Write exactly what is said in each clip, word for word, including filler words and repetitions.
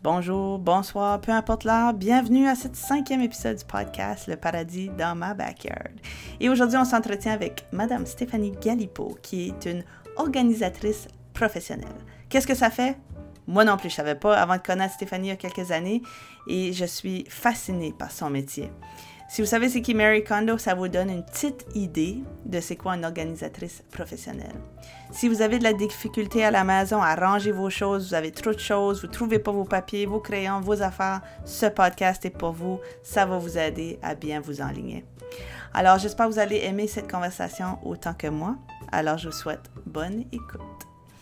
bonjour, bonsoir, peu importe l'heure, bienvenue à ce cinquième épisode du podcast Le Paradis dans ma backyard. Et aujourd'hui, on s'entretient avec Madame Stéphanie Galipeau, qui est une organisatrice professionnelle. Qu'est-ce que ça fait? Moi non plus, je ne savais pas avant de connaître Stéphanie il y a quelques années et je suis fascinée par son métier. Si vous savez c'est qui Marie Kondo, ça vous donne une petite idée de c'est quoi une organisatrice professionnelle. Si vous avez de la difficulté à la maison à ranger vos choses, vous avez trop de choses, vous ne trouvez pas vos papiers, vos crayons, vos affaires, ce podcast est pour vous. Ça va vous aider à bien vous enligner. Alors, j'espère que vous allez aimer cette conversation autant que moi. Alors, je vous souhaite bonne écoute.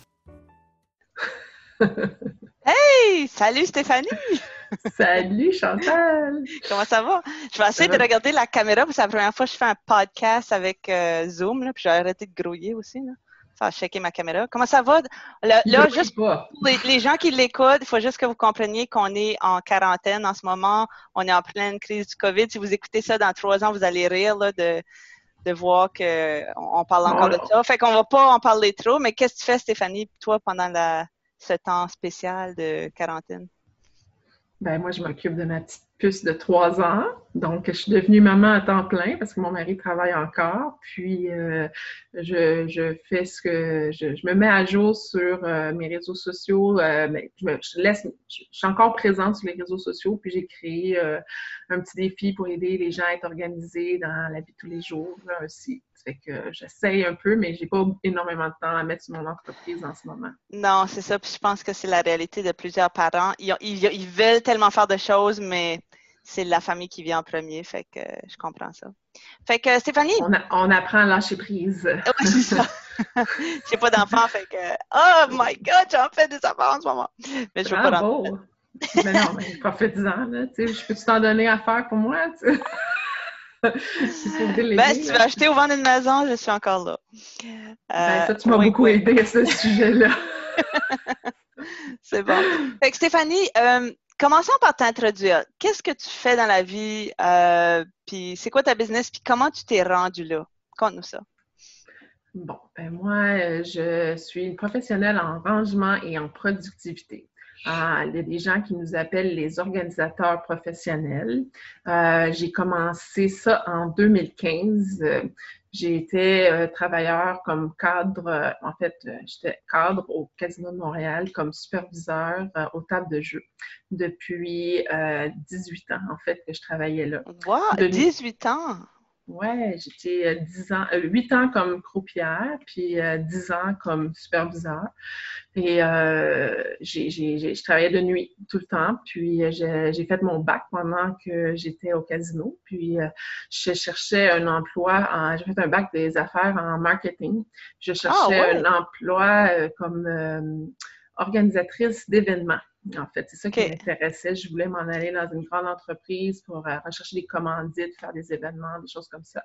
Hey! Salut Stéphanie! Salut Chantal! Comment ça va? Je vais essayer de regarder la caméra parce que c'est la première fois que je fais un podcast avec euh, Zoom, là, puis j'ai arrêté de grouiller aussi. Là. Ça va checker ma caméra. Comment ça va? Là, là juste pour les, les gens qui l'écoutent, il faut juste que vous compreniez qu'on est en quarantaine en ce moment. On est en pleine crise du COVID. Si vous écoutez ça dans trois ans, vous allez rire là, de, de voir qu'on parle encore oh, de ça. Fait qu'on va pas en parler trop, mais qu'est-ce que tu fais, Stéphanie, toi, pendant la, ce temps spécial de quarantaine? Ben moi, je m'occupe de ma petite puce de trois ans. Donc, je suis devenue maman à temps plein parce que mon mari travaille encore. Puis, euh, je, je fais ce que... Je, je me mets à jour sur euh, mes réseaux sociaux. Euh, mais je, me, je laisse... Je, je suis encore présente sur les réseaux sociaux. Puis, j'ai créé euh, un petit défi pour aider les gens à être organisés dans la vie de tous les jours, là, un site. Fait que j'essaye un peu, mais j'ai pas énormément de temps à mettre sur mon entreprise en ce moment. Non, c'est ça. Puis je pense que c'est la réalité de plusieurs parents. Ils, ils, ils veulent tellement faire de choses, mais c'est la famille qui vient en premier. Fait que je comprends ça. Fait que Stéphanie... On, a, on apprend à lâcher prise. Oui, c'est ça. J'ai pas d'enfant, fait que... Oh my God, j'en fais des enfants en ce moment. Mais je veux pas d'enfant. Mais non, mais profite-en, là. Tu sais, je peux-tu t'en donner à faire pour moi, tu sais? Ben, si tu veux acheter ou vendre une maison, je suis encore là. Euh, ben, ça, tu m'as oui, beaucoup oui. aidé à ce sujet-là. C'est bon. Fait que Stéphanie, euh, commençons par t'introduire. Qu'est-ce que tu fais dans la vie? Euh, puis c'est quoi ta business? Puis comment tu t'es rendue là? Conte-nous ça. Bon, ben moi, je suis une professionnelle en rangement et en productivité. Ah, il y a des gens qui nous appellent les organisateurs professionnels. Euh, j'ai commencé ça en deux mille quinze. J'ai été euh, travailleur comme cadre, euh, en fait, euh, j'étais cadre au Casino de Montréal comme superviseur euh, aux tables de jeu depuis euh, dix-huit ans, en fait, que je travaillais là. Wow! De... dix-huit ans! Ouais, j'étais dix ans, euh, huit ans comme croupière, puis euh, dix ans comme superviseur. Et euh, j'ai, j'ai, j'ai, je travaillais de nuit tout le temps, puis euh, j'ai, j'ai fait mon bac pendant que j'étais au casino. Puis euh, je cherchais un emploi, en, j'ai fait un bac des affaires en marketing. Je cherchais oh, ouais. un emploi euh, comme euh, organisatrice d'événements. En fait, c'est ça qui okay. m'intéressait. Je voulais m'en aller dans une grande entreprise pour euh, rechercher des commandites, faire des événements, des choses comme ça.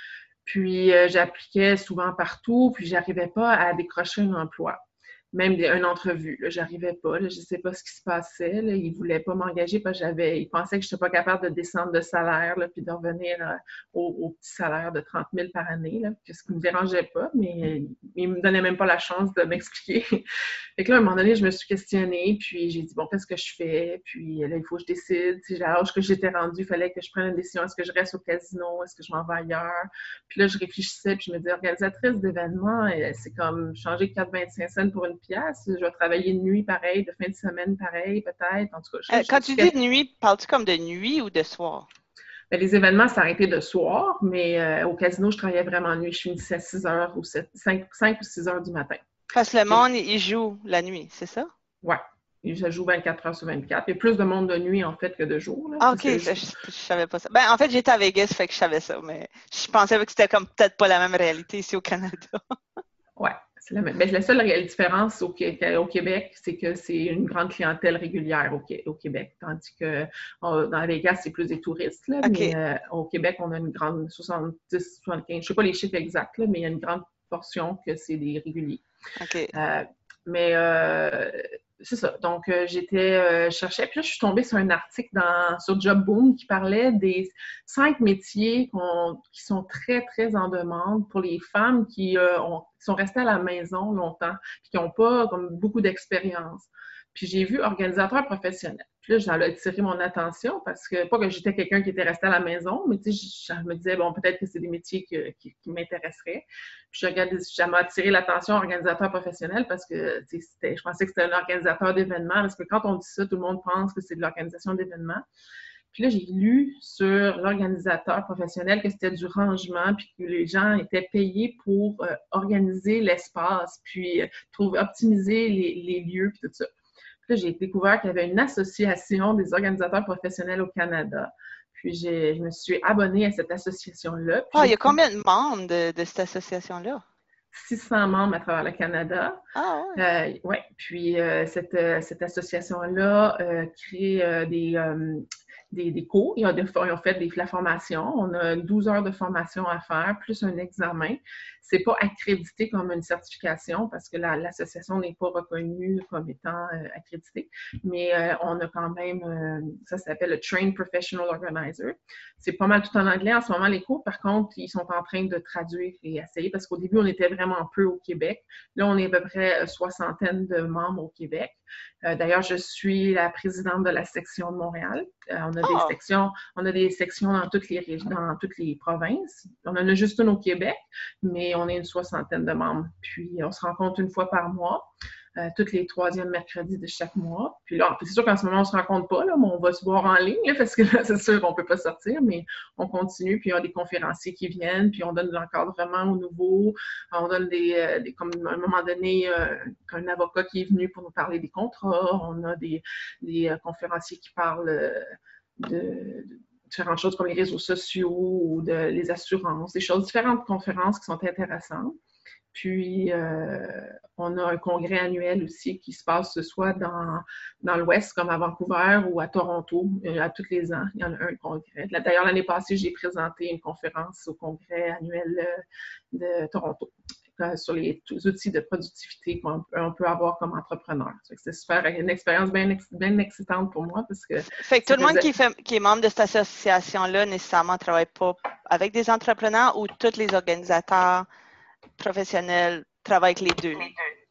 Puis, euh, j'appliquais souvent partout, puis j'arrivais pas à décrocher un emploi. Même une entrevue, là, j'arrivais pas, là, je sais pas ce qui se passait, là, ils voulaient pas m'engager parce que j'avais, ils pensaient que j'étais pas capable de descendre de salaire, là, puis de revenir euh, au, au petit salaire de trente mille par année, là, ce qui me dérangeait pas, mais euh, ils me donnaient même pas la chance de m'expliquer. Fait que là, à un moment donné, je me suis questionnée, puis j'ai dit, bon, qu'est-ce que je fais? Puis là, il faut que je décide. Si à l'âge que j'étais rendue, il fallait que je prenne une décision. Est-ce que je reste au casino? Est-ce que je m'en vais ailleurs? Puis là, je réfléchissais, puis je me disais, organisatrice d'événements, c'est comme changer quatre vingt-cinq cents pour une pièce. Je vais travailler de nuit pareil, de fin de semaine pareil, peut-être. En tout cas, je, euh, je, quand je, tu dis de nuit, parles-tu comme de nuit ou de soir? Bien, les événements s'arrêtaient de soir, mais euh, au casino, je travaillais vraiment de nuit. Je finissais à six heures ou sept, cinq, cinq ou six heures du matin. Parce que le monde, il joue la nuit, c'est ça? Oui. Ça joue vingt-quatre heures sur vingt-quatre. Il y a plus de monde de nuit, en fait, que de jour. Là, ah, OK. Je, je, je savais pas ça. Ben, en fait, j'étais à Vegas, fait que je savais ça, mais je pensais que c'était comme peut-être pas la même réalité ici au Canada. Oui, c'est la même. Ben, la seule réelle différence au, au Québec, c'est que c'est une grande clientèle régulière au, au Québec, tandis que oh, dans Vegas, c'est plus des touristes. Là, okay. Mais euh, au Québec, on a une grande soixante-dix, soixante-quinze, je ne sais pas les chiffres exacts, là, mais il y a une grande portion que c'est des réguliers. OK. Euh, mais euh, c'est ça. Donc, euh, j'étais, euh, je cherchais, puis là, je suis tombée sur un article dans, sur Job Boom qui parlait des cinq métiers qu'on, qui sont très, très en demande pour les femmes qui, euh, ont, qui sont restées à la maison longtemps, puis qui n'ont pas comme beaucoup d'expérience. Puis j'ai vu organisateur professionnel. Puis là, ça a attiré mon attention parce que, pas que j'étais quelqu'un qui était resté à la maison, mais tu sais, je, je me disais, bon, peut-être que c'est des métiers que, qui, qui m'intéresseraient. Puis je regardais, ça m'a attiré l'attention organisateur professionnel parce que, tu sais, c'était, je pensais que c'était un organisateur d'événements, parce que quand on dit ça, tout le monde pense que c'est de l'organisation d'événements. Puis là, j'ai lu sur l'organisateur professionnel que c'était du rangement, puis que les gens étaient payés pour euh, organiser l'espace, puis euh, trouver, optimiser les, les lieux, puis tout ça. Puis là, j'ai découvert qu'il y avait une association des organisateurs professionnels au Canada. Puis j'ai, je me suis abonnée à cette association-là. Ah, oh, il y a combien de membres de, de cette association-là? six cents membres à travers le Canada. Ah ouais? Euh, ouais. Puis euh, cette, euh, cette association-là euh, crée euh, des... Euh, Des, des cours. Ils ont, de, ils ont fait des, la formation. On a douze heures de formation à faire, plus un examen. C'est pas accrédité comme une certification parce que la, l'association n'est pas reconnue comme étant euh, accréditée. Mais euh, on a quand même, euh, ça s'appelle le Trained Professional Organizer. C'est pas mal tout en anglais en ce moment, les cours. Par contre, ils sont en train de traduire et essayer parce qu'au début, on était vraiment peu au Québec. Là, on est à peu près soixantaine de membres au Québec. Euh, d'ailleurs, je suis la présidente de la section de Montréal. Euh, on a des oh. sections, on a des sections dans toutes les régions, dans toutes les provinces. On en a juste une au Québec, mais on est une soixantaine de membres. Puis on se rencontre une fois par mois, euh, tous les troisièmes mercredis de chaque mois. Puis là, c'est sûr qu'en ce moment, on ne se rencontre pas, là, mais on va se voir en ligne, là, parce que là, c'est sûr qu'on ne peut pas sortir, mais on continue. Puis il y a des conférenciers qui viennent, puis on donne de l'encadrement aux nouveaux. On donne des, euh, des comme à un moment donné, euh, un avocat qui est venu pour nous parler des contrats. On a des, des euh, conférenciers qui parlent euh, de, de différentes choses comme les réseaux sociaux ou de, les assurances, des choses, différentes conférences qui sont intéressantes. Puis, euh, on a un congrès annuel aussi qui se passe soit dans, dans l'Ouest, comme à Vancouver ou à Toronto, euh, à tous les ans. Il y en a un congrès. D'ailleurs, l'année passée, j'ai présenté une conférence au congrès annuel de Toronto sur les outils de productivité qu'on peut, on peut avoir comme entrepreneur. C'est super, une expérience bien, bien excitante pour moi parce que... Fait que tout le monde qui, fait, qui est membre de cette association-là nécessairement ne travaille pas avec des entrepreneurs ou tous les organisateurs professionnels travaillent avec les deux?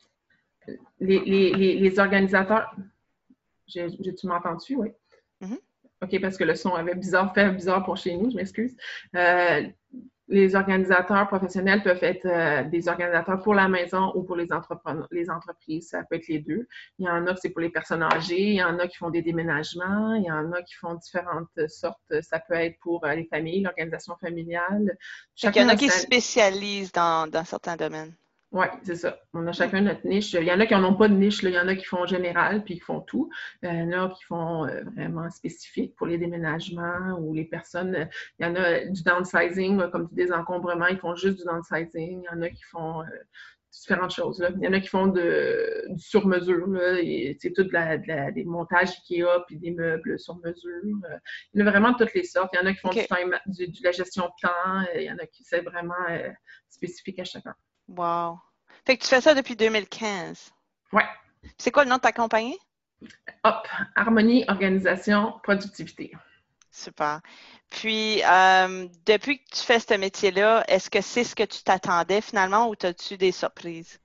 Les, les, les, les organisateurs... J'ai, tu m'entends-tu? Oui. Mm-hmm. OK, parce que le son avait bizarre, fait bizarre pour chez nous, je m'excuse. Euh, les organisateurs professionnels peuvent être euh, des organisateurs pour la maison ou pour les, entrepreneurs, les entreprises. Ça peut être les deux. Il y en a que c'est pour les personnes âgées, il y en a qui font des déménagements, il y en a qui font différentes sortes. Ça peut être pour euh, les familles, l'organisation familiale. Il y en a qui se spécialisent dans, dans certains domaines. Oui, c'est ça. On a chacun notre niche. Il y en a qui n'en ont pas de niche. Là. Il y en a qui font général puis qui font tout. Il y en a qui font euh, vraiment spécifique pour les déménagements ou les personnes. Il y en a du downsizing, là, comme du désencombrement. Ils font juste du downsizing. Il y en a qui font euh, différentes choses. Là. Il y en a qui font de, du sur-mesure. C'est tout de la, de la, des montages IKEA puis des meubles sur-mesure. Il y en a vraiment de toutes les sortes. Il y en a qui font okay. du time, du, de la gestion de temps. Il y en a qui c'est vraiment euh, spécifique à chacun. Wow! Fait que tu fais ça depuis deux mille quinze. Oui. C'est quoi le nom de ta compagnie? Hop! Harmonie, organisation, productivité. Super. Puis, euh, depuis que tu fais ce métier-là, est-ce que c'est ce que tu t'attendais finalement ou as-tu des surprises?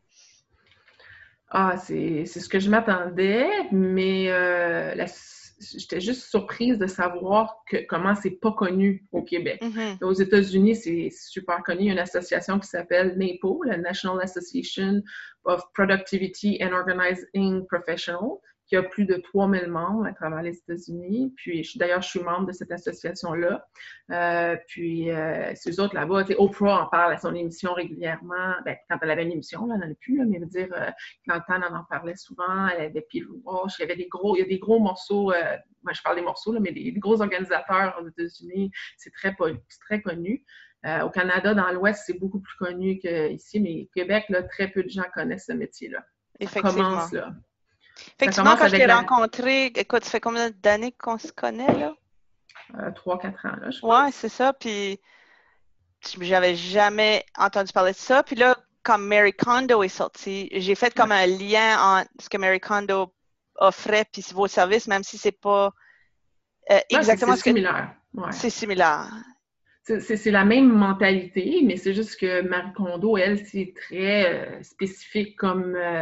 Ah, c'est, c'est ce que je m'attendais, mais euh, la j'étais juste surprise de savoir que, comment c'est pas connu au Québec. Mm-hmm. Aux États-Unis, c'est super connu. Il y a une association qui s'appelle NAPO, la National Association of Productivity and Organizing Professionals, qui a plus de trois mille membres à travers les États-Unis. Puis, je, d'ailleurs, je suis membre de cette association-là. Euh, puis, euh, c'est eux autres là-bas. Oprah en parle à son émission régulièrement. Ben, quand elle avait une émission, là, elle n'en a plus, là, mais je veux dire, euh, dans le temps, elle en parlait souvent. Elle avait Peter Walsh. Il y avait des gros, il y a des gros morceaux. Euh, moi, je parle des morceaux, là, mais des, des gros organisateurs aux États-Unis. C'est très, c'est très connu. Euh, au Canada, dans l'Ouest, c'est beaucoup plus connu qu'ici, mais au Québec, là, très peu de gens connaissent ce métier-là. Effectivement. Ça commence là. Effectivement, quand je t'ai la... rencontré, écoute, ça fait combien d'années qu'on se connaît, là? Euh, trois, quatre ans, là, je pense. Oui, c'est ça. Puis, j'avais jamais entendu parler de ça. Puis là, quand Marie Kondo est sortie, j'ai fait comme un lien entre ce que Marie Kondo offrait puis vos services, même si c'est pas euh, exactement non, ce que... C'est similaire. Ouais. C'est similaire. C'est, c'est, c'est la même mentalité, mais c'est juste que Marie Kondo, elle, c'est très euh, spécifique comme... Euh,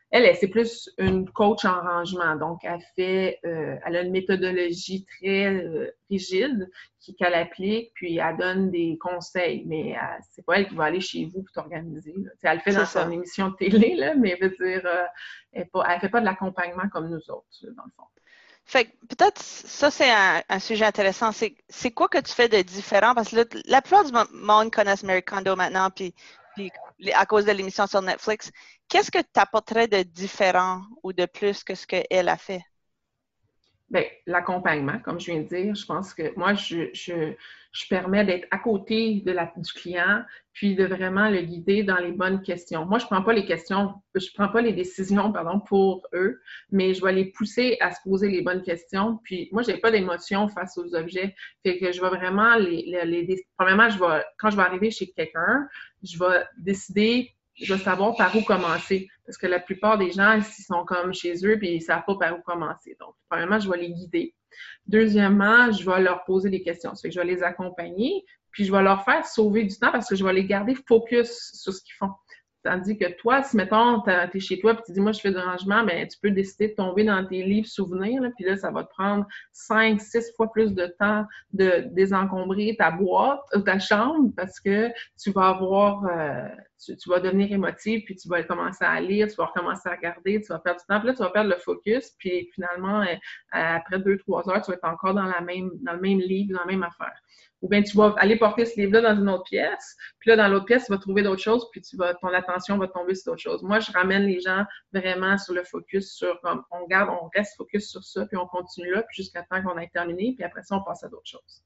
Elle, elle c'est plus une coach en rangement. Donc, elle fait, euh, elle a une méthodologie très euh, rigide qui, qu'elle applique, puis elle donne des conseils. Mais euh, c'est pas elle qui va aller chez vous pour t'organiser. Là. Elle le fait C'est dans ça. son émission de télé, là, mais elle veut dire, euh, elle, est pas, elle fait pas de l'accompagnement comme nous autres, dans le fond. Fait que peut-être ça, c'est un, un sujet intéressant. C'est, c'est quoi que tu fais de différent? Parce que là, la plupart du monde connaissent Marie Kondo maintenant, puis, puis à cause de l'émission sur Netflix. Qu'est-ce que tu apporterais de différent ou de plus que ce qu'elle a fait? Bien, l'accompagnement, comme je viens de dire, je pense que moi, je, je, je permets d'être à côté de la, du client, puis de vraiment le guider dans les bonnes questions. Moi, je ne prends pas les questions, je prends pas les décisions, pardon, pour eux, mais je vais les pousser à se poser les bonnes questions. Puis moi, je n'ai pas d'émotion face aux objets. Fait que je vais vraiment les, les, les premièrement, je vais, quand je vais arriver chez quelqu'un, je vais décider je veux savoir par où commencer. Parce que la plupart des gens, ils sont comme chez eux puis ils ne savent pas par où commencer. Donc, premièrement, je vais les guider. Deuxièmement, je vais leur poser des questions. Ça fait que je vais les accompagner puis je vais leur faire sauver du temps parce que je vais les garder focus sur ce qu'ils font. Tandis que toi, si, mettons, tu es chez toi et tu dis, moi, je fais du rangement, bien, tu peux décider de tomber dans tes livres souvenirs, là, puis là, ça va te prendre cinq, six fois plus de temps de désencombrer ta boîte ou ta chambre parce que tu vas avoir, euh, tu, tu vas devenir émotif, puis tu vas commencer à lire, tu vas recommencer à regarder, tu vas perdre du temps, puis là, tu vas perdre le focus, puis finalement, euh, après deux, trois heures, tu vas être encore dans la même, dans le même livre, dans la même affaire. Ou bien tu vas aller porter ce livre-là dans une autre pièce, puis là, dans l'autre pièce, tu vas trouver d'autres choses, puis tu vas, ton attention va tomber sur d'autres choses. Moi, je ramène les gens vraiment sur le focus, sur comme on garde, on reste focus sur ça, puis on continue là, puis jusqu'à temps qu'on ait terminé, puis après ça, on passe à d'autres choses.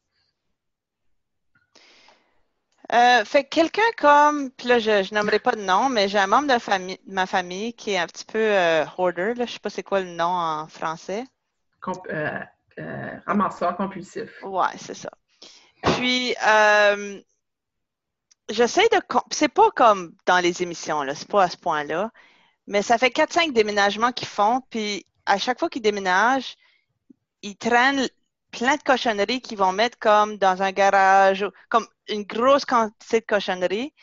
Euh, fait que quelqu'un comme, puis là, je, je nommerai pas de nom, mais j'ai un membre de, famille, de ma famille qui est un petit peu euh, hoarder, là, je sais pas c'est quoi le nom en français. Comp euh, euh, ramasseur compulsif. Ouais, c'est ça. Puis, euh, j'essaie de... C'est pas comme dans les émissions, là, c'est pas à ce point-là, mais ça fait quatre cinq déménagements qu'ils font, puis à chaque fois qu'ils déménagent, ils traînent plein de cochonneries qu'ils vont mettre comme dans un garage, comme une grosse quantité de cochonneries,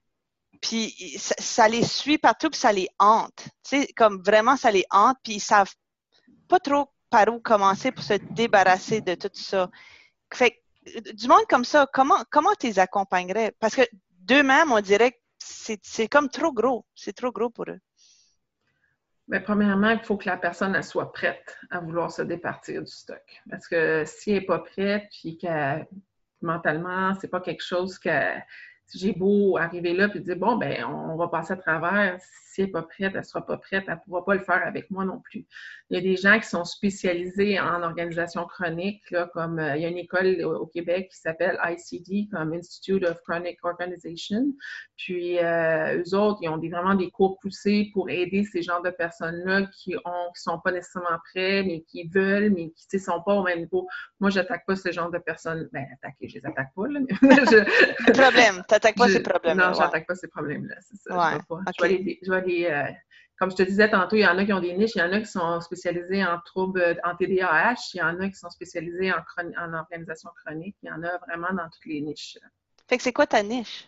puis ça, ça les suit partout, puis ça les hante. Tu sais, comme vraiment, ça les hante, puis ils savent pas trop par où commencer pour se débarrasser de tout ça. Fait que du monde comme ça, comment comment tu les accompagnerais? Parce que d'eux-mêmes, on dirait que c'est, c'est comme trop gros. C'est trop gros pour eux. Bien, premièrement, il faut que la personne elle soit prête à vouloir se départir du stock. Parce que si elle n'est pas prête, puis que mentalement, c'est pas quelque chose que si j'ai beau arriver là et dire bon, ben on va passer à travers. Si elle n'est pas prête, elle ne sera pas prête, elle ne pourra pas le faire avec moi non plus. Il y a des gens qui sont spécialisés en organisation chronique, là, comme euh, il y a une école au, au Québec qui s'appelle I C D, comme Institute of Chronic Organization. Puis, euh, eux autres, ils ont des, vraiment des cours poussés pour aider ces genres de personnes-là qui ne sont pas nécessairement prêts, mais qui veulent, mais qui ne sont pas au même niveau. Moi, je n'attaque pas ce genre de personnes. Ben, attaquer, je les attaque pas, là. je... problème. Tu n'attaques pas je... ces problèmes. Non, ouais. je n'attaque pas ces problèmes-là. C'est ça. Ouais. Je vais pas. Okay. Je vais les, je vais les euh, comme je te disais tantôt, il y en a qui ont des niches, il y en a qui sont spécialisés en troubles, en T D A H, il y en a qui sont spécialisés en, en organisation chronique, il y en a vraiment dans toutes les niches. Fait que c'est quoi ta niche?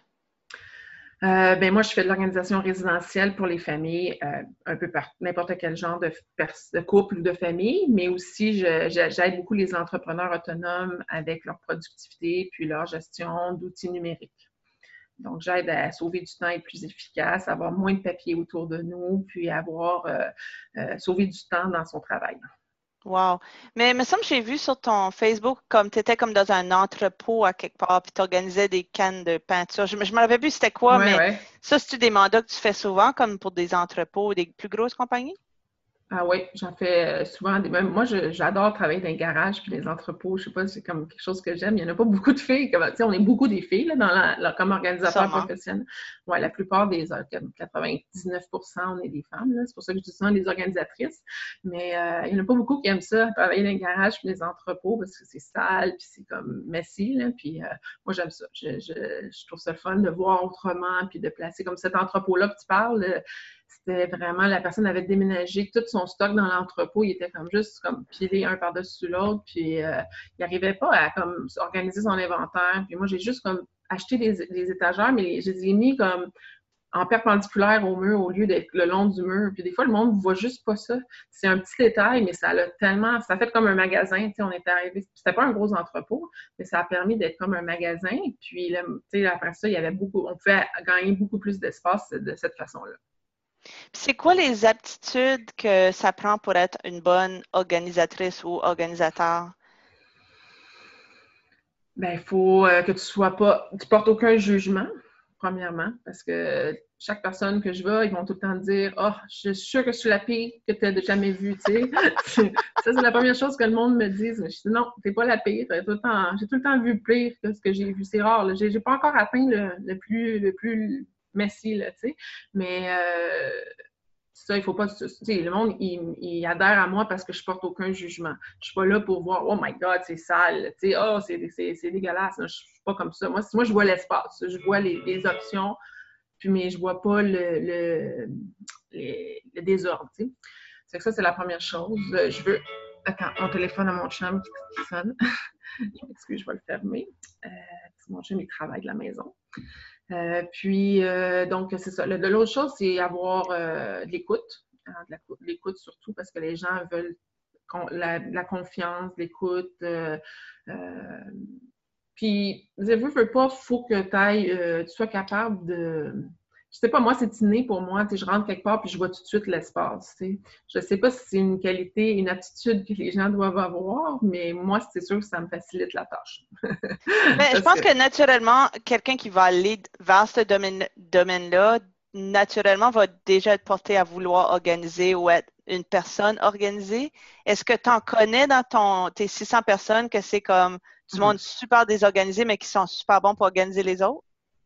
Euh, ben moi, je fais de l'organisation résidentielle pour les familles, euh, un peu par n'importe quel genre de, de couple ou de famille, mais aussi je, je, j'aide beaucoup les entrepreneurs autonomes avec leur productivité puis leur gestion d'outils numériques. Donc, j'aide à sauver du temps et être plus efficace, avoir moins de papier autour de nous, puis avoir euh, euh, sauvé du temps dans son travail. Wow! Mais il me semble que j'ai vu sur ton Facebook comme tu étais comme dans un entrepôt à quelque part, puis tu organisais des cannes de peinture. Je ne me rappelle plus c'était quoi, ouais, mais ouais. ça, c'est-tu des mandats que tu fais souvent, comme pour des entrepôts, des plus grosses compagnies? Ah oui, j'en fais souvent. Des... Même moi, je, j'adore travailler dans les garages puis les entrepôts. Je sais pas, c'est comme quelque chose que j'aime. Il n'y en a pas beaucoup de filles. Comme, on est beaucoup des filles là, dans la, la, comme organisateurs professionnels. Ouais, la plupart des quatre-vingt-dix-neuf pour cent, on est des femmes. Là. C'est pour ça que je dis ça, les organisatrices. Mais euh, il n'y en a pas beaucoup qui aiment ça, travailler dans les garages puis les entrepôts parce que c'est sale puis c'est comme messy. Là. Puis euh, moi, j'aime ça. Je, je, je trouve ça fun de voir autrement puis de placer comme cet entrepôt-là que tu parles. Là, c'était vraiment, la personne avait déménagé tout son stock dans l'entrepôt. Il était comme juste comme pilé un par-dessus l'autre. Puis euh, il n'arrivait pas à comme organiser son inventaire. Puis moi, j'ai juste comme acheté des, des étagères, mais je les ai mis comme en perpendiculaire au mur au lieu d'être le long du mur. Puis des fois, le monde ne voit juste pas ça. C'est un petit détail, mais ça a tellement... Ça fait comme un magasin. Tu sais, on était arrivé... C'était pas un gros entrepôt, mais ça a permis d'être comme un magasin. Puis, là, tu sais, après ça, il y avait beaucoup... On pouvait gagner beaucoup plus d'espace de cette façon-là. C'est quoi les aptitudes que ça prend pour être une bonne organisatrice ou organisateur? Ben, il faut euh, que tu sois pas... Tu portes aucun jugement, premièrement, parce que chaque personne que je vois, ils vont tout le temps dire « Ah, oh, je suis sûre que je suis la pire que tu as jamais vue, tu sais. » Ça, c'est la première chose que le monde me dit. Mais je dis « Non, t'es pas la pire. J'ai tout le temps, j'ai tout le temps vu pire que ce que j'ai vu. C'est rare. J'ai, j'ai pas encore atteint le, le plus... Le plus messy, là, tu sais. Mais euh, ça, il faut pas... Tu sais, le monde, il, il adhère à moi parce que je porte aucun jugement. Je suis pas là pour voir « Oh my God, c'est sale. » Tu sais, « Oh, c'est, c'est, c'est dégueulasse. » Je suis pas comme ça. Moi, moi je vois l'espace. Je vois les, les options, puis mais je vois pas le, le, le, le désordre, tu sais. C'est que ça, c'est la première chose. Je veux... Attends, mon téléphone à mon chum qui sonne. Je m'excuse, je vais le fermer. Euh, mon chum, il travaille de la maison. Euh, puis, euh, donc, c'est ça. Le, de l'autre chose, c'est avoir euh, de l'écoute. Hein, de, la, de l'écoute surtout parce que les gens veulent con, la, la confiance, l'écoute. Euh, euh, puis, je veux, veux pas, il faut que t'ailles, euh, tu sois capable de... Je sais pas, moi, c'est inné pour moi. Tu sais, je rentre quelque part puis je vois tout de suite l'espace. Tu sais. Je sais pas si c'est une qualité, une attitude que les gens doivent avoir, mais moi, c'est sûr que ça me facilite la tâche. Mais je pense que... que naturellement, quelqu'un qui va aller vers ce domaine, domaine-là, naturellement, va déjà être porté à vouloir organiser ou être une personne organisée. Est-ce que tu en connais dans ton, tes six cents personnes que c'est comme du monde super désorganisé, mais qui sont super bons pour organiser les autres?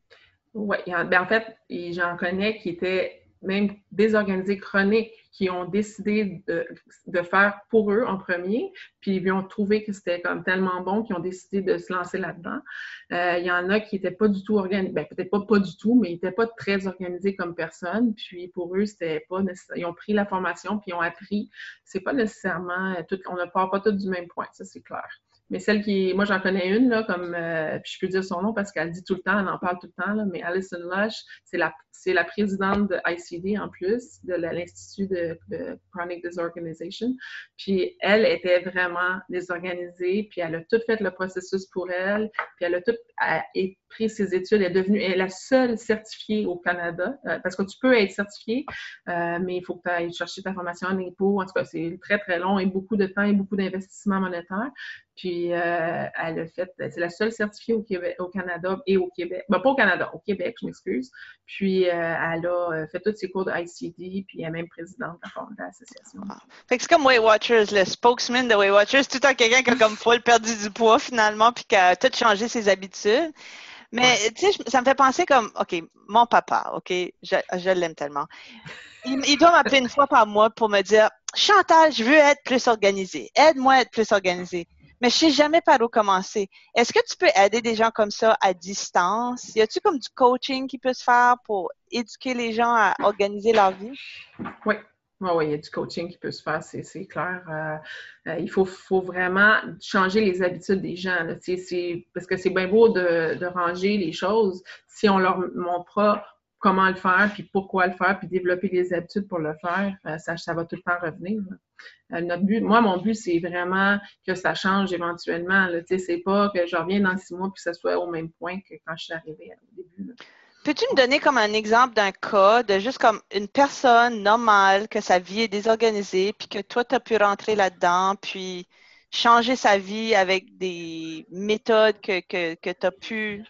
Oui, ben en fait, j'en connais qui étaient même désorganisés chroniques, qui ont décidé de, de faire pour eux en premier, puis ils ont trouvé que c'était comme tellement bon qu'ils ont décidé de se lancer là-dedans. Euh, il y en a qui n'étaient pas du tout organisés, ben peut-être pas pas du tout, mais ils n'étaient pas très organisés comme personne, puis pour eux, c'était pas nécessaire. Ils ont pris la formation, puis ils ont appris. C'est pas nécessairement, tout, on ne part pas tous du même point, ça c'est clair. Mais celle qui, moi j'en connais une, là, comme, euh, puis je peux dire son nom parce qu'elle dit tout le temps, elle en parle tout le temps, là, mais Alison Lush, c'est la, c'est la présidente de I C D en plus, de l'Institut de, de Chronic Disorganization. Puis elle était vraiment désorganisée, puis elle a tout fait le processus pour elle, puis elle a tout elle, elle, pris ses études, elle est devenue elle est la seule certifiée au Canada, euh, parce que tu peux être certifiée, euh, mais il faut que tu ailles chercher ta formation en impôts, en tout cas c'est très très long et beaucoup de temps et beaucoup d'investissement monétaire. Puis, euh, elle a fait, c'est la seule certifiée au, Québec, au Canada et au Québec. Ben, pas au Canada, au Québec, je m'excuse. Puis, euh, elle a fait tous ses cours de I C D, puis elle est même présidente de l'association. Ah. Fait que c'est comme Weight Watchers, le spokesman de Weight Watchers, tout le temps quelqu'un qui a comme full perdu du poids finalement, puis qui a tout changé ses habitudes. Mais, ouais. Tu sais, ça me fait penser comme, OK, mon papa, OK, je, je l'aime tellement. Il, il doit m'appeler une fois par mois pour me dire, Chantal, je veux être plus organisée. Aide-moi à être plus organisée. Mais je sais jamais par où commencer. Est-ce que tu peux aider des gens comme ça à distance? Y a-t-il comme du coaching qui peut se faire pour éduquer les gens à organiser leur vie? Oui. Oui, oui, il y a du coaching qui peut se faire, c'est, c'est clair. Euh, euh, il faut, faut vraiment changer les habitudes des gens. Là. C'est, c'est, parce que c'est bien beau de, de ranger les choses si on leur montre pas comment le faire, puis pourquoi le faire, puis développer des habitudes pour le faire, euh, ça, ça va tout le temps revenir. Euh, notre but, moi, mon but, c'est vraiment que ça change éventuellement. Là. C'est pas que je revienne dans six mois puis que ça soit au même point que quand je suis arrivée au début. Là. Peux-tu me donner comme un exemple d'un cas de juste comme une personne normale, que sa vie est désorganisée, puis que toi, tu as pu rentrer là-dedans, puis changer sa vie avec des méthodes que, que, que tu as pu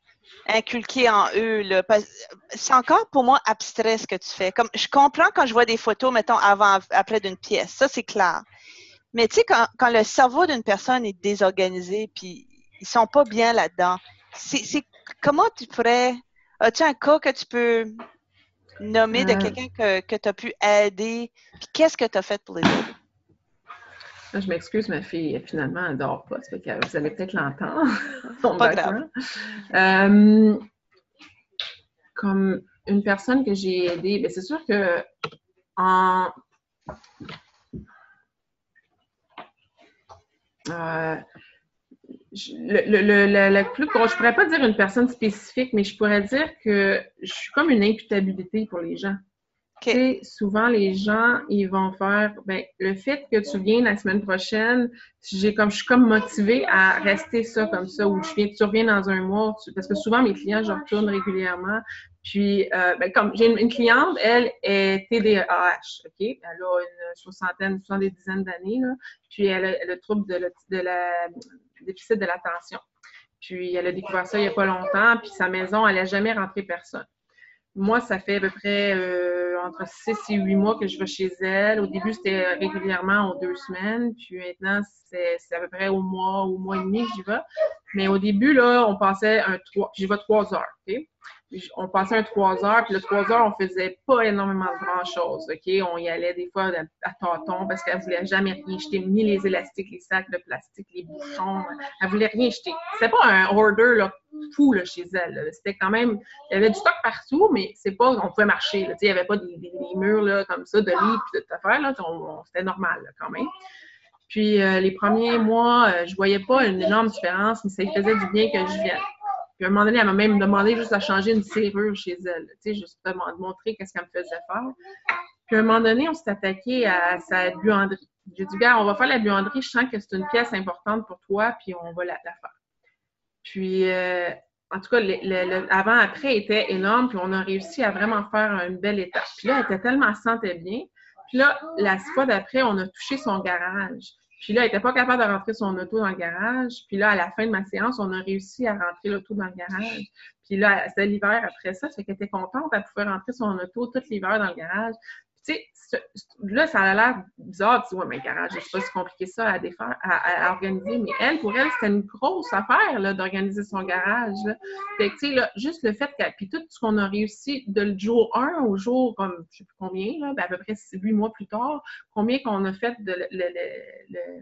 inculquer en eux. Là. C'est encore pour moi abstrait ce que tu fais. Comme, je comprends quand je vois des photos, mettons, avant, après d'une pièce. Ça, c'est clair. Mais tu sais, quand, quand le cerveau d'une personne est désorganisé, puis ils sont pas bien là-dedans, c'est, c'est comment tu pourrais... As-tu un cas que tu peux nommer de quelqu'un que, que tu as pu aider? Puis qu'est-ce que tu as fait pour les aider? Je m'excuse, ma fille, finalement, elle ne dort pas. Ça fait que vous allez peut-être l'entendre. Pas grave. Euh, comme une personne que j'ai aidée, bien, c'est sûr que en... Euh, le, le, le, le, le plus gros, je pourrais pas dire une personne spécifique, mais je pourrais dire que je suis comme une imputabilité pour les gens. Okay. Tu sais, souvent, les gens, ils vont faire, ben, le fait que tu viens la semaine prochaine, j'ai comme, je suis comme motivée à rester ça comme ça, ou je viens, tu reviens dans un mois, tu, parce que souvent, mes clients, je retourne régulièrement. Puis, euh, ben, comme j'ai une, une cliente, elle est T D A H, OK? Elle a une soixantaine, soixante-dix dizaines d'années, là. Puis, elle a, elle a le trouble de, la, de la, déficit de l'attention. Puis, elle a découvert ça il n'y a pas longtemps, puis sa maison, elle n'a jamais rentré personne. Moi, ça fait à peu près euh, entre six et huit mois que je vais chez elle. Au début, c'était régulièrement aux deux semaines. Puis maintenant, c'est, c'est à peu près au mois ou au mois et demi que j'y vais. Mais au début, là, on passait un trois, j'y vais trois heures, OK? On passait un trois heures, puis le trois heures, on faisait pas énormément de grand-chose, OK? On y allait des fois à, à tâtons parce qu'elle voulait jamais rien jeter, ni les élastiques, les sacs de plastique, les bouchons. Elle voulait rien jeter. C'était pas un order, là, fou, là, chez elle. Là. C'était quand même... Il y avait du stock partout, mais c'est pas... On pouvait marcher, là. Tu sais, il y avait pas des, des, des murs, là, comme ça, de lit, puis de affaires, là. On, on, c'était normal, là, quand même. Puis, euh, les premiers mois, euh, je voyais pas une énorme différence, mais ça lui faisait du bien que je vienne. Puis à un moment donné, elle m'a même demandé juste à changer une serrure chez elle, tu sais, juste pour me montrer qu'est-ce qu'elle me faisait faire. Puis à un moment donné, on s'est attaqué à sa buanderie. J'ai dit, gars, on va faire la buanderie, je sens que c'est une pièce importante pour toi, puis on va la, la faire. Puis, euh, en tout cas, le, le, le avant-après était énorme, puis on a réussi à vraiment faire une belle étape. Puis là, elle était tellement, elle se sentait bien. Puis là, la fois d'après, on a touché son garage. Puis là, elle n'était pas capable de rentrer son auto dans le garage. Puis là, à la fin de ma séance, on a réussi à rentrer l'auto dans le garage. Puis là, c'était l'hiver après ça, ça fait qu'elle était contente, elle pouvait rentrer son auto tout l'hiver dans le garage. Puis tu sais, là, ça a l'air bizarre. Tu dis, ouais, mais le garage, c'est pas si compliqué ça à défaire, à, à organiser. Mais elle, pour elle, c'était une grosse affaire, là, d'organiser son garage, là. Fait que, tu sais, là, juste le fait que, puis tout ce qu'on a réussi de le jour un au jour, comme, je sais plus combien, là, ben à peu près huit mois plus tard, combien qu'on a fait de le, le, le,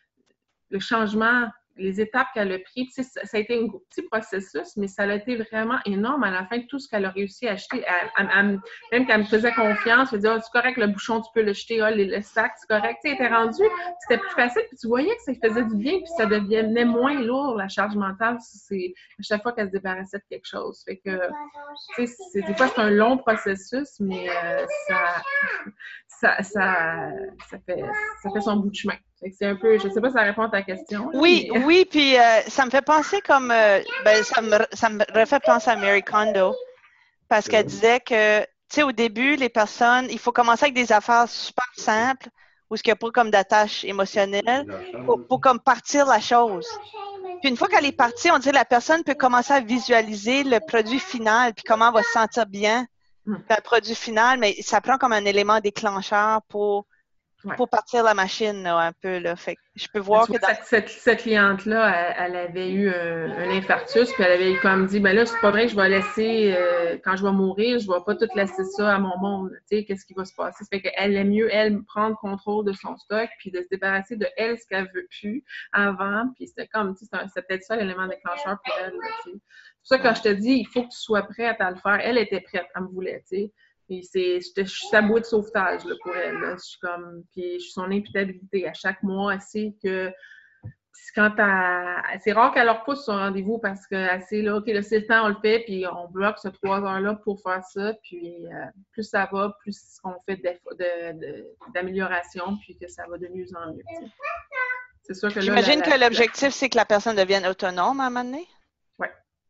le changement, les étapes qu'elle a prises, tu sais, ça, ça a été un petit processus, mais ça a été vraiment énorme à la fin de tout ce qu'elle a réussi à acheter. Elle, elle, elle, même qu'elle me faisait confiance, elle disait, oh, c'est correct, le bouchon, tu peux le jeter, oh, le, le sac, c'est correct. Tu sais, elle était rendue, c'était plus facile, puis tu voyais que ça faisait du bien, puis ça devenait moins lourd, la charge mentale, c'est à chaque fois qu'elle se débarrassait de quelque chose. Fait que, tu sais, c'est, des fois, c'est un long processus, mais euh, ça, ça, ça, ça, fait, ça fait son bout de chemin. C'est un peu, je ne sais pas si ça répond à ta question. Oui, mais... oui, puis euh, ça me fait penser comme, euh, ben, ça me, ça me refait penser à Marie Kondo, parce qu'elle disait que, tu sais, au début, les personnes, il faut commencer avec des affaires super simples, où ce qu'il n'y a pas comme d'attache émotionnelle, pour, pour comme partir la chose. Puis une fois qu'elle est partie, on dit que la personne peut commencer à visualiser le produit final, puis comment elle va se sentir bien, puis le produit final, mais ça prend comme un élément déclencheur pour... Ouais. Pour partir la machine, là, un peu, là. Fait que je peux voir que dans... cette, cette, cette cliente-là, elle, elle avait eu un, un infarctus, puis elle avait comme dit, ben là, c'est pas vrai que je vais laisser, euh, quand je vais mourir, je vais pas tout laisser ça à mon monde, tu sais, qu'est-ce qui va se passer? Ça fait qu'elle aime mieux, elle, prendre contrôle de son stock, puis de se débarrasser de elle, ce qu'elle veut plus avant, puis c'était comme, tu sais, c'est peut-être ça l'élément déclencheur pour elle, tu sais. C'est pour ça que quand je te dis, il faut que tu sois prête à le faire, elle était prête, elle me voulait, tu sais. Et c'est, je, je suis sa bouée de sauvetage là, pour elle. Là. Je suis comme, puis je suis son imputabilité. À chaque mois, elle sait que quand elle, c'est rare qu'elle leur pousse son rendez-vous parce qu'elle sait, là, OK, là, c'est le temps, on le fait, puis on bloque ces trois heures-là pour faire ça. Puis euh, plus ça va, plus on fait de, de, de, d'amélioration, puis que ça va de mieux en mieux. T'sais. C'est sûr que là, j'imagine la, que la, l'objectif, la... c'est que la personne devienne autonome à un moment donné? Oui.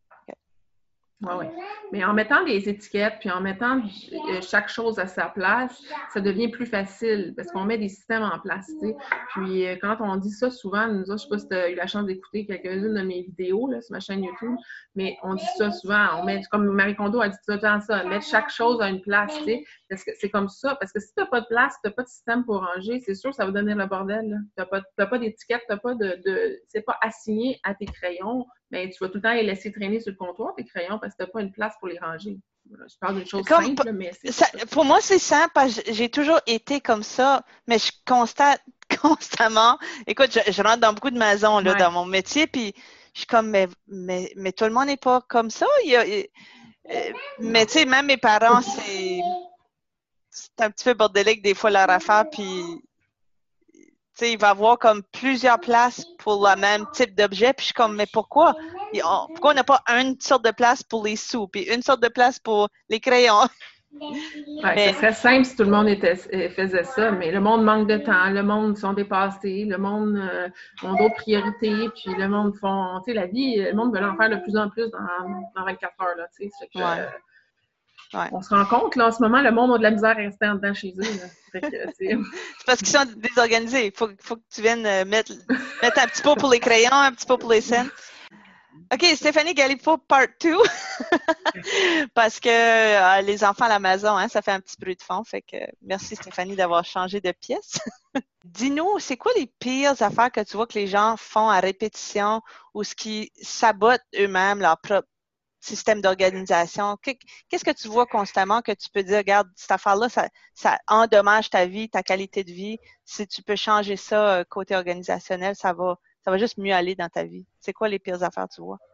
Oui, oui. Mais en mettant des étiquettes, puis en mettant chaque chose à sa place, ça devient plus facile parce qu'on met des systèmes en place, tu sais. Puis quand on dit ça, souvent, nous autres, je ne sais pas si tu as eu la chance d'écouter quelques-unes de mes vidéos là, sur ma chaîne YouTube, mais on dit ça souvent, on met, comme Marie Kondo a dit tout le temps ça, mettre chaque chose à une place, tu sais. Parce que c'est comme ça, parce que si tu n'as pas de place, si tu n'as pas de système pour ranger, c'est sûr que ça va donner le bordel, là. Tu n'as pas, t'as pas d'étiquette, tu n'as pas de, de c'est pas assigné à tes crayons. Mais tu vas tout le temps les laisser traîner sur le comptoir, tes crayons, parce que tu n'as pas une place pour les ranger. Je parle d'une chose comme, simple, mais c'est ça, ça. Pour moi, c'est simple, parce que j'ai toujours été comme ça, mais je constate constamment. Écoute, je, je rentre dans beaucoup de maisons là, ouais. dans mon métier, puis je suis comme, mais, mais, mais tout le monde n'est pas comme ça. Il y a, il, euh, mais tu sais, même mes parents, c'est, c'est un petit peu bordélique des fois leur affaire, puis sais, il va y avoir comme plusieurs places pour le même type d'objet. Puis je suis comme, mais pourquoi? Pourquoi on n'a pas une sorte de place pour les sous, puis une sorte de place pour les crayons? Ouais, mais... Ce serait simple si tout le monde était, faisait ça, mais le monde manque de temps, le monde sont dépassés, le monde euh, ont d'autres priorités, puis le monde font, tu sais, la vie, le monde veut en faire de plus en plus dans, dans vingt-quatre heures, là, tu sais. Ouais. Euh, ouais. On se rend compte, là, en ce moment, le monde a de la misère à rester en dedans chez eux. Là. Que, c'est... c'est parce qu'ils sont désorganisés. Il faut, faut que tu viennes mettre, mettre un petit pot pour les crayons, un petit pot pour les scènes. OK, Stéphanie Galipeau, part deux. Parce que euh, les enfants à la maison, hein, ça fait un petit bruit de fond. Fait que merci Stéphanie d'avoir changé de pièce. Dis-nous, c'est quoi les pires affaires que tu vois que les gens font à répétition ou ce qui sabotent eux-mêmes leur propre système d'organisation? Qu'est-ce que tu vois constamment que tu peux dire, regarde, cette affaire-là, ça, ça endommage ta vie, ta qualité de vie. Si tu peux changer ça côté organisationnel, ça va... ça va juste mieux aller dans ta vie. C'est quoi les pires affaires, tu vois?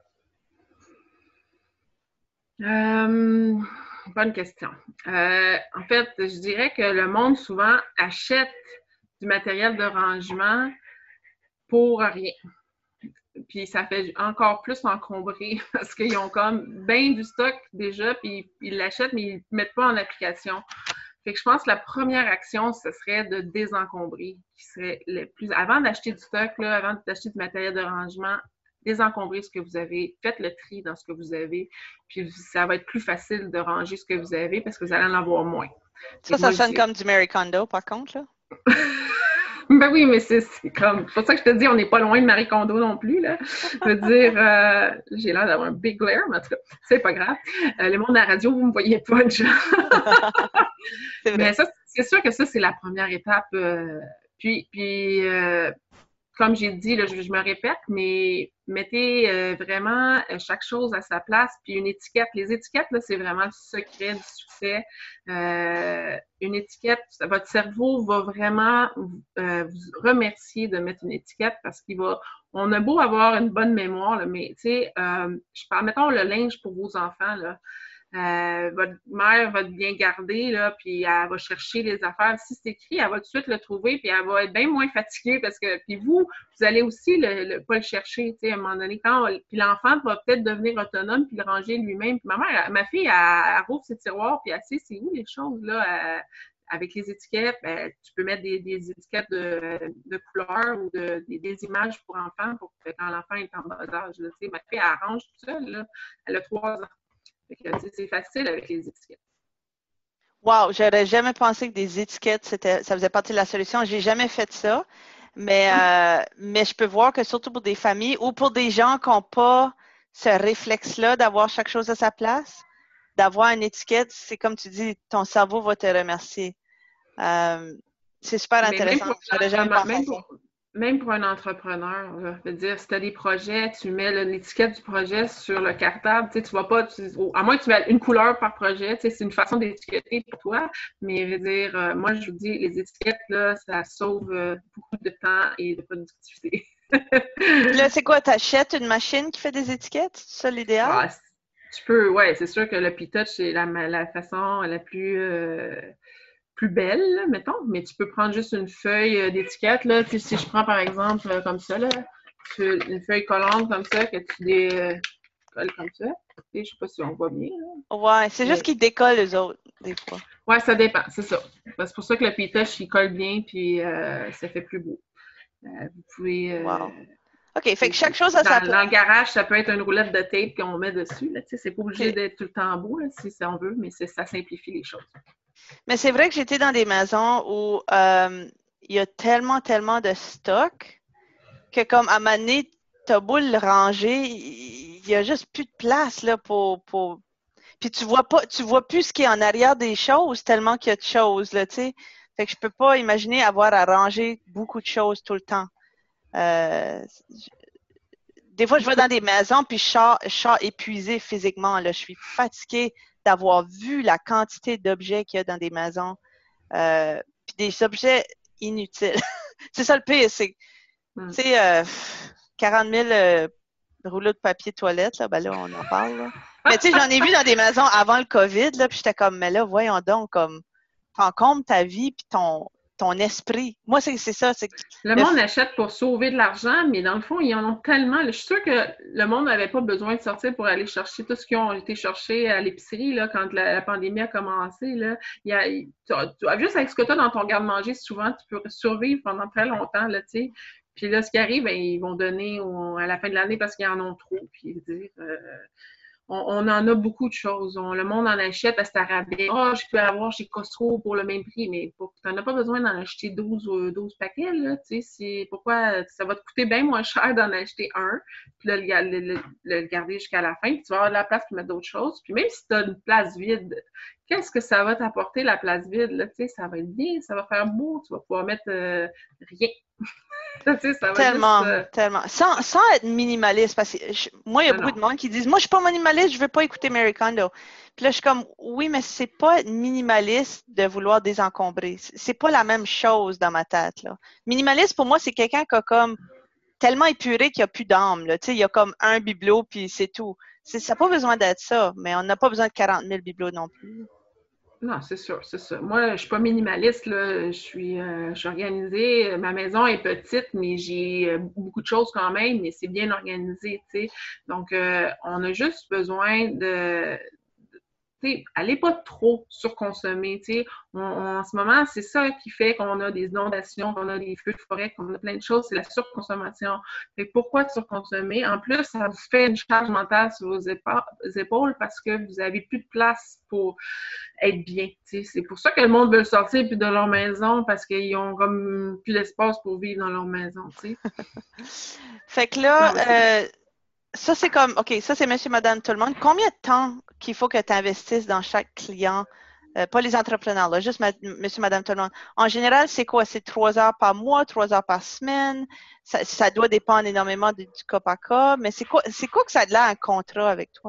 Euh, bonne question. Euh, en fait, je dirais que le monde souvent achète du matériel de rangement pour rien. Puis ça fait encore plus encombrer parce qu'ils ont comme bien du stock déjà, puis ils l'achètent, mais ils ne mettent pas en application. Fait que je pense que la première action, ce serait de désencombrer, qui serait le plus... Avant d'acheter du stock, là, avant d'acheter du matériel de rangement, désencombrer ce que vous avez, faites le tri dans ce que vous avez, puis ça va être plus facile de ranger ce que vous avez parce que vous allez en avoir moins. Ça, ça sonne comme du Marie Kondo, par contre, là? Ben oui, mais c'est comme... C'est pour ça que je te dis, on n'est pas loin de Marie Kondo non plus, là. Je veux dire, euh, j'ai l'air d'avoir un big glare, mais en tout cas, c'est pas grave. Euh, le monde à la radio, vous ne me voyez pas, déjà. Mais ça, c'est sûr que ça, c'est la première étape. Euh, puis, puis euh, comme j'ai dit, là, je, je me répète, mais mettez euh, vraiment chaque chose à sa place, puis une étiquette. Les étiquettes, là, c'est vraiment le secret du succès. Euh, une étiquette, votre cerveau va vraiment euh, vous remercier de mettre une étiquette parce qu'il va... On a beau avoir une bonne mémoire, là, mais tu sais, euh, je parle, mettons le linge pour vos enfants, là. Euh, votre mère va bien garder, là, puis elle va chercher les affaires. Si c'est écrit, elle va tout de suite le trouver, puis elle va être bien moins fatiguée parce que, puis vous, vous allez aussi le, le, pas le chercher, tu sais, à un moment donné. Quand, puis l'enfant va peut-être devenir autonome puis le ranger lui-même. Puis ma mère, ma fille, elle, elle rouvre ses tiroirs, puis elle sait c'est où les choses, là, elle, avec les étiquettes. Ben, tu peux mettre des, des étiquettes de, de couleurs ou de, des, des images pour enfants pour que quand l'enfant est en bas âge, là, tu sais, ma fille, elle arrange tout seule, là. Elle a trois ans. C'est facile avec les étiquettes. Wow, j'aurais jamais pensé que des étiquettes, c'était, ça faisait partie de la solution. J'ai jamais fait ça, mais, euh, mais je peux voir que surtout pour des familles ou pour des gens qui n'ont pas ce réflexe-là d'avoir chaque chose à sa place, d'avoir une étiquette, c'est comme tu dis, ton cerveau va te remercier. Euh, c'est super intéressant. J'aurais jamais pensé à ça. Même pour un entrepreneur, là, je veux dire, si tu as des projets, tu mets l'étiquette du projet sur le cartable, tu sais, tu vas pas, tu, à moins que tu aies une couleur par projet, tu sais, c'est une façon d'étiqueter pour toi, mais je veux dire, euh, moi, je vous dis, les étiquettes, là, ça sauve euh, beaucoup de temps et de productivité. Là, c'est quoi, tu achètes une machine qui fait des étiquettes? C'est ça l'idéal? Ah, tu peux, ouais, c'est sûr que le P-Touch, c'est la, la façon la plus... Euh, plus belle, là, mettons, mais tu peux prendre juste une feuille d'étiquette, là, puis si je prends par exemple euh, comme ça, là, une feuille collante comme ça, que tu dé... euh, colles comme ça, et je sais pas si on voit bien, là. Ouais, c'est mais... juste qu'ils décollent les autres, des fois. Ouais, ça dépend, c'est ça. Ben, c'est pour ça que le P-Touch, il colle bien, puis euh, ça fait plus beau. Euh, vous pouvez... Euh, wow. OK, fait que chaque chose a dans, sa place. Dans le garage, ça peut être une roulette de tape qu'on met dessus, là, tu sais, c'est pas obligé okay. d'être tout le temps beau, là, si on veut, mais ça simplifie les choses. Mais c'est vrai que j'étais dans des maisons où euh, il y a tellement, tellement de stock que comme à un moment donné, t'as beau le ranger, il y a juste plus de place là pour, pour... Puis tu vois pas, tu vois plus ce qui est en arrière des choses tellement qu'il y a de choses, là, tu sais. Fait que je peux pas imaginer avoir à ranger beaucoup de choses tout le temps. Euh, des fois, je vais dans des maisons puis je sors, je sors épuisée physiquement, là. Je suis fatiguée d'avoir vu la quantité d'objets qu'il y a dans des maisons, euh, puis des objets inutiles. C'est ça le pire, c'est, mm. tu sais, euh, quarante mille euh, rouleaux de papier toilette, là, ben là, on en parle, là. Mais tu sais, j'en ai vu dans des maisons avant le COVID, là, puis j'étais comme, mais là, voyons donc, comme, t'encombres ta vie, puis ton, ton esprit. Moi, c'est, c'est ça. C'est le, le monde achète pour sauver de l'argent, mais dans le fond, ils en ont tellement. Je suis sûre que le monde n'avait pas besoin de sortir pour aller chercher tout ce qu'ils ont été chercher à l'épicerie là, quand la, la pandémie a commencé. Là. Il y a, tu as, juste avec ce que tu as dans ton garde-manger, souvent, tu peux survivre pendant très longtemps. Là, tu sais. Puis là, ce qui arrive, ben, ils vont donner au, à la fin de l'année parce qu'ils en ont trop. Puis dire, euh, on, on en a beaucoup de choses. On, le monde en achète à cet rabais. Ah, oh, je peux avoir chez Costco pour le même prix, mais tu n'en as pas besoin d'en acheter douze, douze paquets. Là, tu sais, c'est, pourquoi ça va te coûter bien moins cher d'en acheter un, puis là, le, le, le garder jusqu'à la fin, puis tu vas avoir de la place pour mettre d'autres choses. Puis même si tu as une place vide, qu'est-ce que ça va t'apporter, la place vide? Là, tu sais, ça va être bien, ça va faire beau, tu vas pouvoir mettre euh, rien. Tu sais, ça va tellement, juste, euh... tellement. Sans, sans être minimaliste, parce que je, moi, il y a non, beaucoup non. de monde qui disent « Moi, je suis pas minimaliste, je veux pas écouter Marie Kondo. » Puis là, je suis comme « Oui, mais c'est pas minimaliste de vouloir désencombrer. C'est pas la même chose dans ma tête, là. Minimaliste, pour moi, c'est quelqu'un qui a comme tellement épuré qu'il n'y a plus d'âme, là. Tu sais, il y a comme un bibelot, puis c'est tout. C'est, ça n'a pas besoin d'être ça, mais on n'a pas besoin de quarante mille bibelots non plus. Non, c'est sûr, c'est ça. Moi, je suis pas minimaliste, là. Je suis, euh, je suis organisée. Ma maison est petite, mais j'ai beaucoup de choses quand même, mais c'est bien organisé, tu sais. Donc, euh, on a juste besoin de... allez pas trop surconsommer. On, on, en ce moment, c'est ça qui fait qu'on a des inondations, qu'on a des feux de forêt, qu'on a plein de choses, c'est la surconsommation. Fait pourquoi surconsommer? En plus, ça vous fait une charge mentale sur vos épaules parce que vous n'avez plus de place pour être bien. T'sais. C'est pour ça que le monde veut sortir puis de leur maison parce qu'ils ont comme plus d'espace pour vivre dans leur maison. Fait que là, non, euh, ça c'est comme, OK, ça c'est monsieur, madame, tout le monde. Combien de temps qu'il faut que tu investisses dans chaque client? Euh, pas les entrepreneurs, là, juste ma, monsieur, madame, tout le monde. En général, c'est quoi? C'est trois heures par mois, trois heures par semaine? Ça, ça doit dépendre énormément du, du cas par cas, mais c'est quoi, c'est quoi que ça a de l'air un contrat avec toi?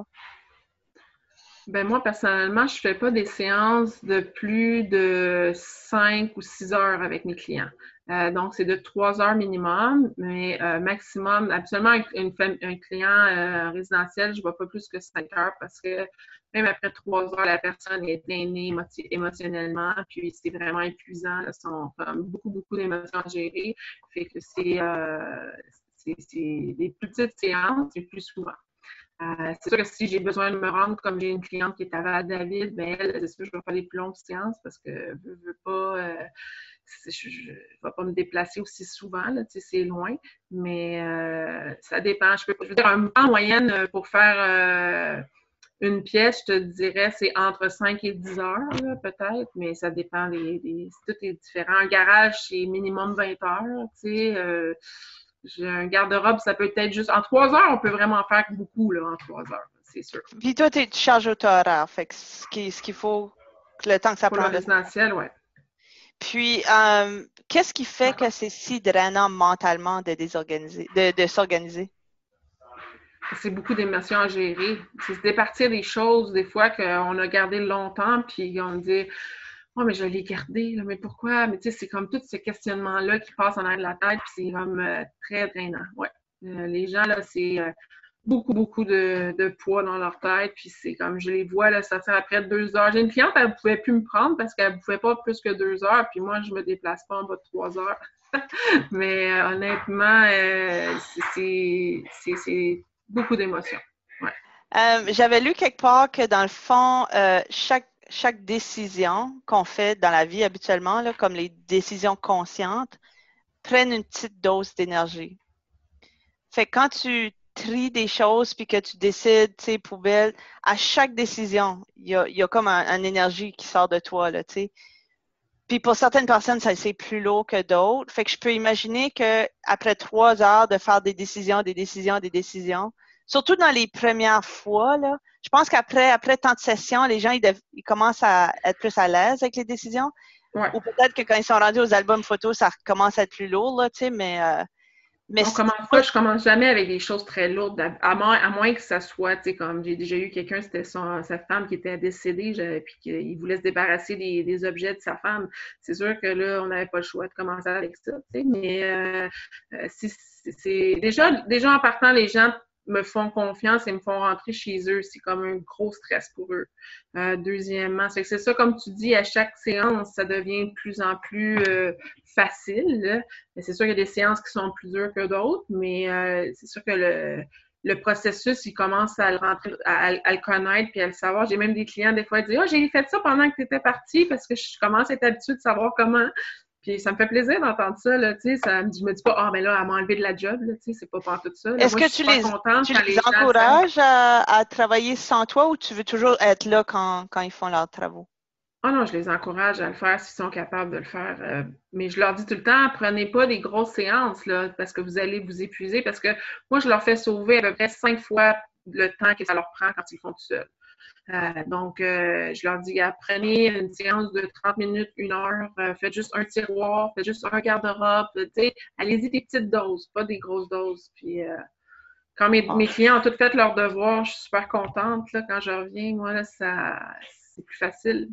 Ben moi, personnellement, je fais pas des séances de plus de cinq ou six heures avec mes clients. Euh, donc, c'est de trois heures minimum, mais euh, maximum, absolument, une, une, un client euh, résidentiel, je ne vois pas plus que cinq heures parce que même après trois heures, la personne est drainée émo- émotionnellement, puis c'est vraiment épuisant. Là, sont comme beaucoup, beaucoup d'émotions à gérer. Fait que c'est, euh, c'est, c'est des plus petites séances, c'est plus souvent. Euh, c'est sûr que si j'ai besoin de me rendre, comme j'ai une cliente qui est à David, ben elle, c'est sûr que je vais faire des plus longues séances parce que je ne veux pas, euh, je ne vais pas me déplacer aussi souvent, là, c'est loin, mais euh, ça dépend. Je, peux, je veux dire, un, en moyenne, pour faire euh, une pièce, je te dirais, c'est entre cinq et dix heures, là, peut-être, mais ça dépend, des, des, tout est différent. Un garage, c'est minimum vingt heures, tu sais, euh, j'ai un garde-robe, ça peut être juste... En trois heures, on peut vraiment faire beaucoup, là, en trois heures, c'est sûr. Puis toi, tu charges au taux horaire, fait que ce qu'il ce qu'il faut, le temps que ça Pour prend. Pour le résidentiel, oui. Puis, euh, qu'est-ce qui fait que c'est si drainant mentalement de désorganiser, de, de s'organiser? C'est beaucoup d'émotions à gérer. C'est se départir des choses, des fois, qu'on a gardées longtemps, puis on dit... « Oh, mais je l'ai gardé, là, mais pourquoi? » Mais tu sais, c'est comme tous ces questionnements-là qui passent en arrière de la tête, puis c'est comme euh, très drainant. Ouais. Euh, les gens, là, c'est euh, beaucoup, beaucoup de, de poids dans leur tête, puis c'est comme, je les vois, là, ça fait après deux heures. J'ai une cliente, elle ne pouvait plus me prendre parce qu'elle ne pouvait pas plus que deux heures, puis moi, je ne me déplace pas en bas de trois heures. mais euh, honnêtement, euh, c'est, c'est, c'est beaucoup d'émotions. Ouais. Euh, j'avais lu quelque part que, dans le fond, euh, chaque chaque décision qu'on fait dans la vie habituellement, là, comme les décisions conscientes, prennent une petite dose d'énergie. Fait que quand tu tries des choses puis que tu décides, tu sais, poubelle, à chaque décision, il y a, y a comme un, une énergie qui sort de toi, là, tu sais. Puis pour certaines personnes, ça c'est plus lourd que d'autres. Fait que je peux imaginer que après trois heures de faire des décisions, des décisions, des décisions, surtout dans les premières fois, là, je pense qu'après après tant de sessions, les gens ils, dev, ils commencent à être plus à l'aise avec les décisions. Ouais. Ou peut-être que quand ils sont rendus aux albums photos, ça commence à être plus lourd, là, tu sais, mais... Euh, mais on commence pas, je commence jamais avec des choses très lourdes, à moins, à moins que ça soit, tu sais, comme j'ai déjà eu quelqu'un, c'était son, sa femme qui était décédée, puis qu'il voulait se débarrasser des, des objets de sa femme. C'est sûr que là, on n'avait pas le choix de commencer avec ça, tu sais, mais euh, c'est, c'est déjà, déjà en partant, les gens me font confiance et me font rentrer chez eux. C'est comme un gros stress pour eux. Euh, deuxièmement, c'est que c'est ça, comme tu dis, à chaque séance, ça devient de plus en plus euh, facile. Là. Mais c'est sûr qu'il y a des séances qui sont plus dures que d'autres, mais euh, c'est sûr que le, le processus, il commence à le rentrer, à, à le connaître puis à le savoir. J'ai même des clients, des fois, qui disent « Ah, oh, j'ai fait ça pendant que tu étais partie parce que je commence à être habituée de savoir comment. » Puis ça me fait plaisir d'entendre ça, là, tu sais, ça, je me dis pas, ah, mais là, elle m'a enlevé de la job, là, tu sais, c'est pas pour tout ça. Là. Est-ce Moi, que tu les, tu les, les encourages à, à travailler sans toi ou tu veux toujours être là quand, quand ils font leurs travaux? Ah non, je les encourage à le faire s'ils sont capables de le faire. Euh, mais je leur dis tout le temps, prenez pas des grosses séances, là, parce que vous allez vous épuiser, parce que moi, je leur fais sauver à peu près cinq fois le temps que ça leur prend quand ils le font tout seuls. Euh, donc, euh, je leur dis, prenez une séance de trente minutes, une heure, euh, faites juste un tiroir, faites juste un garde-robe, tu sais, allez-y des petites doses, pas des grosses doses. Puis, euh, quand mes, mes clients ont tout fait leur devoir, je suis super contente, là, quand je reviens, moi, là, ça, c'est plus facile.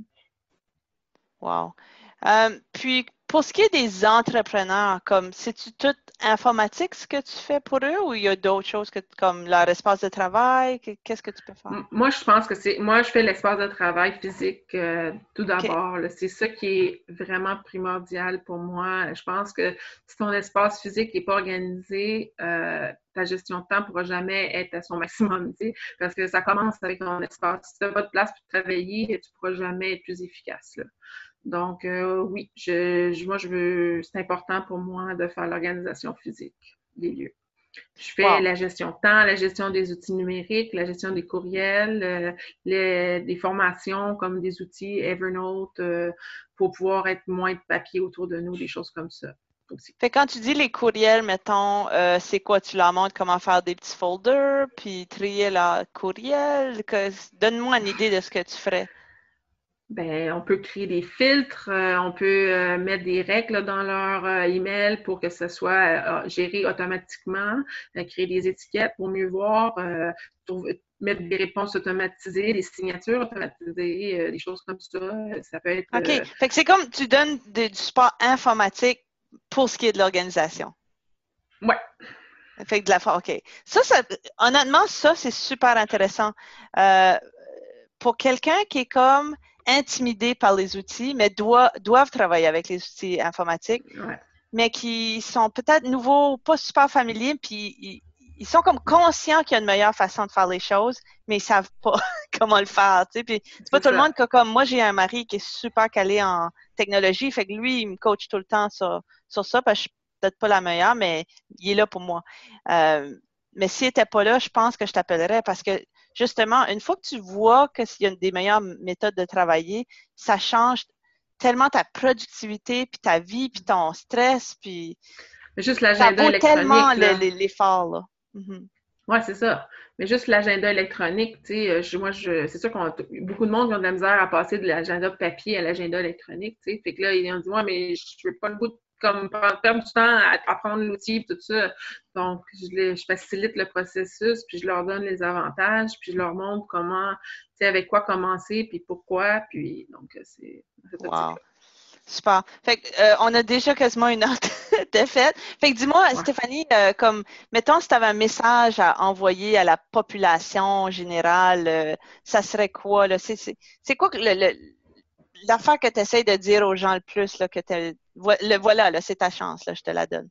Wow. Euh, puis, pour ce qui est des entrepreneurs, comme, c'est-tu tout informatique ce que tu fais pour eux ou il y a d'autres choses que, comme leur espace de travail? Qu'est-ce que tu peux faire? Moi, je pense que c'est, moi, je fais l'espace de travail physique euh, tout d'abord. Okay. C'est ça qui est vraiment primordial pour moi. Je pense que si ton espace physique n'est pas organisé, euh, ta gestion de temps ne pourra jamais être à son maximum, tu sais, parce que ça commence avec ton espace. Si tu n'as pas de place pour travailler, tu ne pourras jamais être plus efficace, là. Donc, euh, oui, je, je, moi, je veux, c'est important pour moi de faire l'organisation physique des lieux. Je fais wow. la gestion de temps, la gestion des outils numériques, la gestion des courriels, euh, les, des formations comme des outils Evernote euh, pour pouvoir être moins de papier autour de nous, des choses comme ça. Aussi. Fait quand tu dis les courriels, mettons, euh, c'est quoi? Tu leur montres comment faire des petits folders, puis trier leurs courriels? Que, donne-moi une idée de ce que tu ferais. Ben, on peut créer des filtres, euh, on peut euh, mettre des règles là, dans leur euh, email pour que ce soit euh, géré automatiquement, euh, créer des étiquettes pour mieux voir, euh, trouver, mettre des réponses automatisées, des signatures automatisées, euh, des choses comme ça. Ça peut être. OK. Euh... Fait que c'est comme tu donnes de, du support informatique pour ce qui est de l'organisation. Ouais. Fait que de la OK. Ça, ça honnêtement, ça, c'est super intéressant. Euh, pour quelqu'un qui est comme intimidés par les outils, mais doivent, doivent travailler avec les outils informatiques, ouais. mais qui sont peut-être nouveaux, pas super familiers, puis ils, ils sont comme conscients qu'il y a une meilleure façon de faire les choses, mais ils savent pas comment le faire, tu sais. Puis c'est pas c'est tout ça. Le monde que comme moi, j'ai un mari qui est super calé en technologie, fait que lui, il me coach tout le temps sur, sur ça, parce que je suis peut-être pas la meilleure, mais il est là pour moi. Euh, mais s'il était pas là, je pense que je t'appellerais parce que justement, une fois que tu vois qu'il y a des meilleures méthodes de travailler, ça change tellement ta productivité, puis ta vie, puis ton stress, puis juste l'agenda électronique. Ça vaut tellement l'effort, là. Mm-hmm. Oui, c'est ça. Mais juste l'agenda électronique, tu sais, je, moi, je, c'est sûr qu'on a beaucoup de monde qui ont de la misère à passer de l'agenda papier à l'agenda électronique, tu sais. Fait que là, ils ont dit, ouais, mais je veux pas le bout de comme perdre du temps à apprendre l'outil et tout ça. Donc, je, les, je facilite le processus, puis je leur donne les avantages, puis je leur montre comment, tu sais, avec quoi commencer, puis pourquoi, puis donc, c'est... Wow. Super. Fait que, euh, on a déjà quasiment une heure de fête. Fait que dis-moi, ouais. Stéphanie, euh, comme, mettons, si tu avais un message à envoyer à la population générale, euh, ça serait quoi, là? C'est, c'est, c'est quoi le... le l'affaire que tu essaies de dire aux gens le plus, là, que tu le voilà, là, c'est ta chance, là, je te la donne.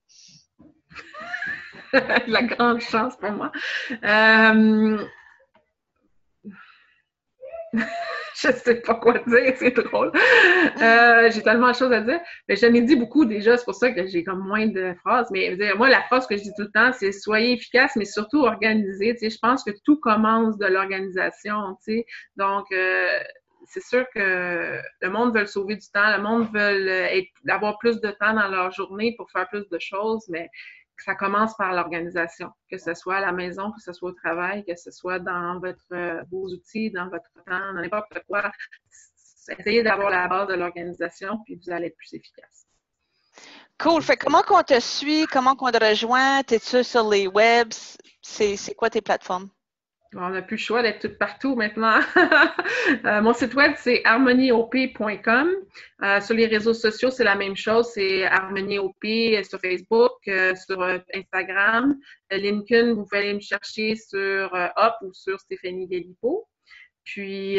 La grande chance pour moi. Euh... je sais pas quoi dire, c'est drôle. Euh, j'ai tellement de choses à dire. Mais j'en ai dit beaucoup déjà, c'est pour ça que j'ai comme moins de phrases. Mais moi, la phrase que je dis tout le temps, c'est soyez efficace, mais surtout organisé. Tu sais, je pense que tout commence de l'organisation. Tu sais. Donc, euh, c'est sûr que le monde veut sauver du temps, le monde veut être, avoir plus de temps dans leur journée pour faire plus de choses, mais ça commence par l'organisation, que ce soit à la maison, que ce soit au travail, que ce soit dans votre, vos outils, dans votre temps, dans n'importe quoi. Essayez d'avoir la base de l'organisation, puis vous allez être plus efficace. Cool. Fait comment qu'on te suit, comment qu'on te rejoint? T'es-tu sur les webs? C'est, c'est quoi tes plateformes? On n'a plus le choix d'être tout partout maintenant. euh, mon site web, c'est harmonie o p point com. Euh, sur les réseaux sociaux, c'est la même chose. C'est HarmonieOP sur Facebook, euh, sur Instagram. Euh, LinkedIn, vous pouvez aller me chercher sur euh, Hop ou sur Stéphanie Galipeau. Puis,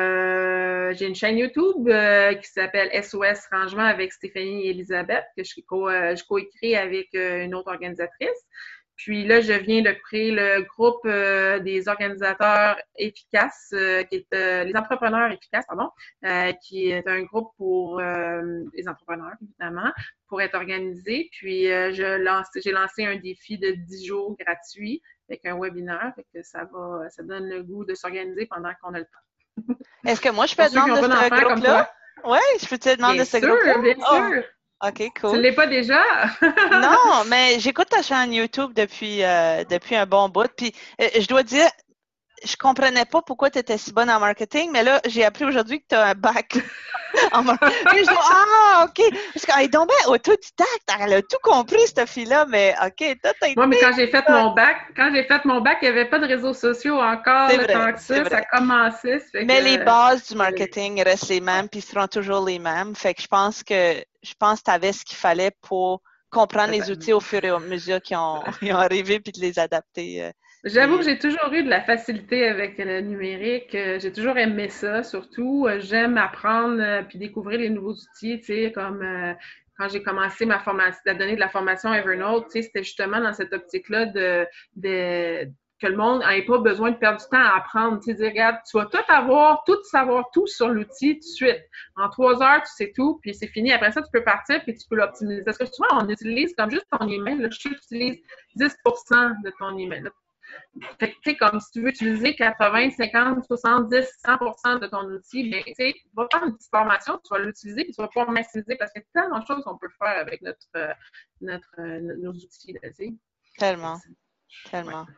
euh, j'ai une chaîne YouTube euh, qui s'appelle S O S Rangement avec Stéphanie et Elisabeth, que je, co euh, je coécris avec euh, une autre organisatrice. Puis là, je viens de créer le groupe euh, des organisateurs efficaces, euh, qui est euh, les entrepreneurs efficaces, pardon, euh, qui est un groupe pour euh, les entrepreneurs, évidemment, pour être organisés. Puis euh, je lance, j'ai lancé un défi de dix jours gratuit avec un webinaire, fait que ça va, ça donne le goût de s'organiser pendant qu'on a le temps. Est-ce que moi, je peux être membre de ce groupe-là? Oui, je peux être membre de ce groupe-là? Bien sûr! OK, cool. Tu ne l'es pas déjà? Non, mais j'écoute ta chaîne YouTube depuis, euh, depuis un bon bout. Puis, euh, je dois dire, je comprenais pas pourquoi tu étais si bonne en marketing, mais là, j'ai appris aujourd'hui que tu as un bac en marketing. Je dis, ah, OK. Parce qu'elle est donc bien autodidacte. Elle a tout compris, cette fille-là, mais OK, toi, t'as été... Moi, mais quand j'ai fait mon bac, quand j'ai fait mon bac, il n'y avait pas de réseaux sociaux encore, le vrai, temps que ça, ça commençait. Ça mais que... les bases du marketing restent les mêmes, puis seront toujours les mêmes. Fait que je pense que je pense que tu avais ce qu'il fallait pour comprendre les outils au fur et à mesure qu'ils ont, ils ont arrivé, puis de les adapter. J'avoue que j'ai toujours eu de la facilité avec le numérique. J'ai toujours aimé ça, surtout. J'aime apprendre puis découvrir les nouveaux outils, tu sais, comme euh, quand j'ai commencé ma formation, à donner de la formation Evernote, tu sais, c'était justement dans cette optique-là de, de que le monde n'ait pas besoin de perdre du temps à apprendre. Tu sais, dire, regarde, tu vas tout avoir, tout savoir, tout sur l'outil tout de suite. En trois heures, tu sais tout, puis c'est fini. Après ça, tu peux partir, puis tu peux l'optimiser. Parce que souvent, on utilise comme juste ton email. Là, je utilise dix pour cent de ton email. Là. Fait que, tu sais, comme si tu veux utiliser quatre-vingts, cinquante, soixante-dix, cent pour cent de ton outil, bien, tu sais, va faire une petite formation, tu vas l'utiliser, puis tu vas pouvoir maximiser parce qu'il y a tellement de choses qu'on peut faire avec notre, euh, notre, euh, nos outils, là, tu sais. Tellement, tellement. Ouais.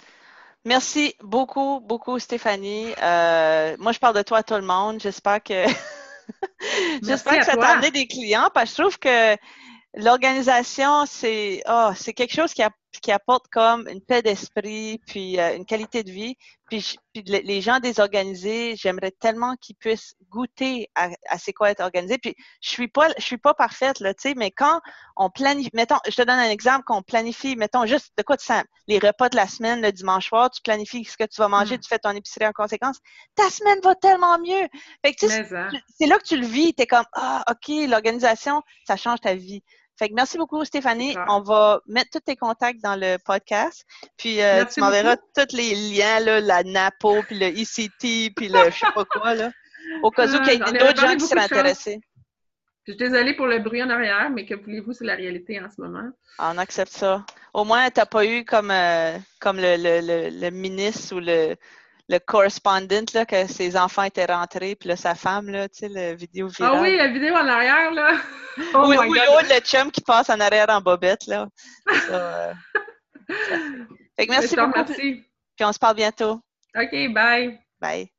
Merci beaucoup, beaucoup, Stéphanie. Euh, moi, je parle de toi à tout le monde. J'espère que j'espère que ça t'a amené des clients, parce que je trouve que l'organisation, c'est oh, c'est quelque chose qui, a, qui apporte comme une paix d'esprit, puis euh, une qualité de vie. Puis, puis les gens désorganisés, j'aimerais tellement qu'ils puissent goûter à, à c'est quoi être organisé. Puis je suis pas, je suis pas parfaite là, tu sais, mais quand on planifie, mettons, je te donne un exemple, qu'on planifie, mettons juste de quoi de simple, les repas de la semaine le dimanche soir, tu planifies ce que tu vas manger, mm. tu fais ton épicerie en conséquence, ta semaine va tellement mieux. Fait que tu sais, c'est là que tu le vis, t'es comme ah ok, l'organisation, ça change ta vie. Fait que merci beaucoup, Stéphanie. On va mettre tous tes contacts dans le podcast. Puis, euh, tu m'enverras tous les liens, là, la NAPO, puis le E C T, puis le je sais pas quoi, là. Au cas où qu'il y ait d'autres gens qui seraient intéressés. Je suis désolée pour le bruit en arrière, mais que voulez-vous, c'est la réalité en ce moment. On accepte ça. Au moins, tu n'as pas eu comme, euh, comme le, le, le, le ministre ou le, le correspondant, là, que ses enfants étaient rentrés, puis là, sa femme, là, tu sais, la vidéo virale. Ah oui, la vidéo en arrière, là! Oh ou ou le chum qui passe en arrière en bobette, là. Ça, euh, ça fait. Fait que merci beaucoup. Merci. Puis on se parle bientôt. OK, bye! Bye!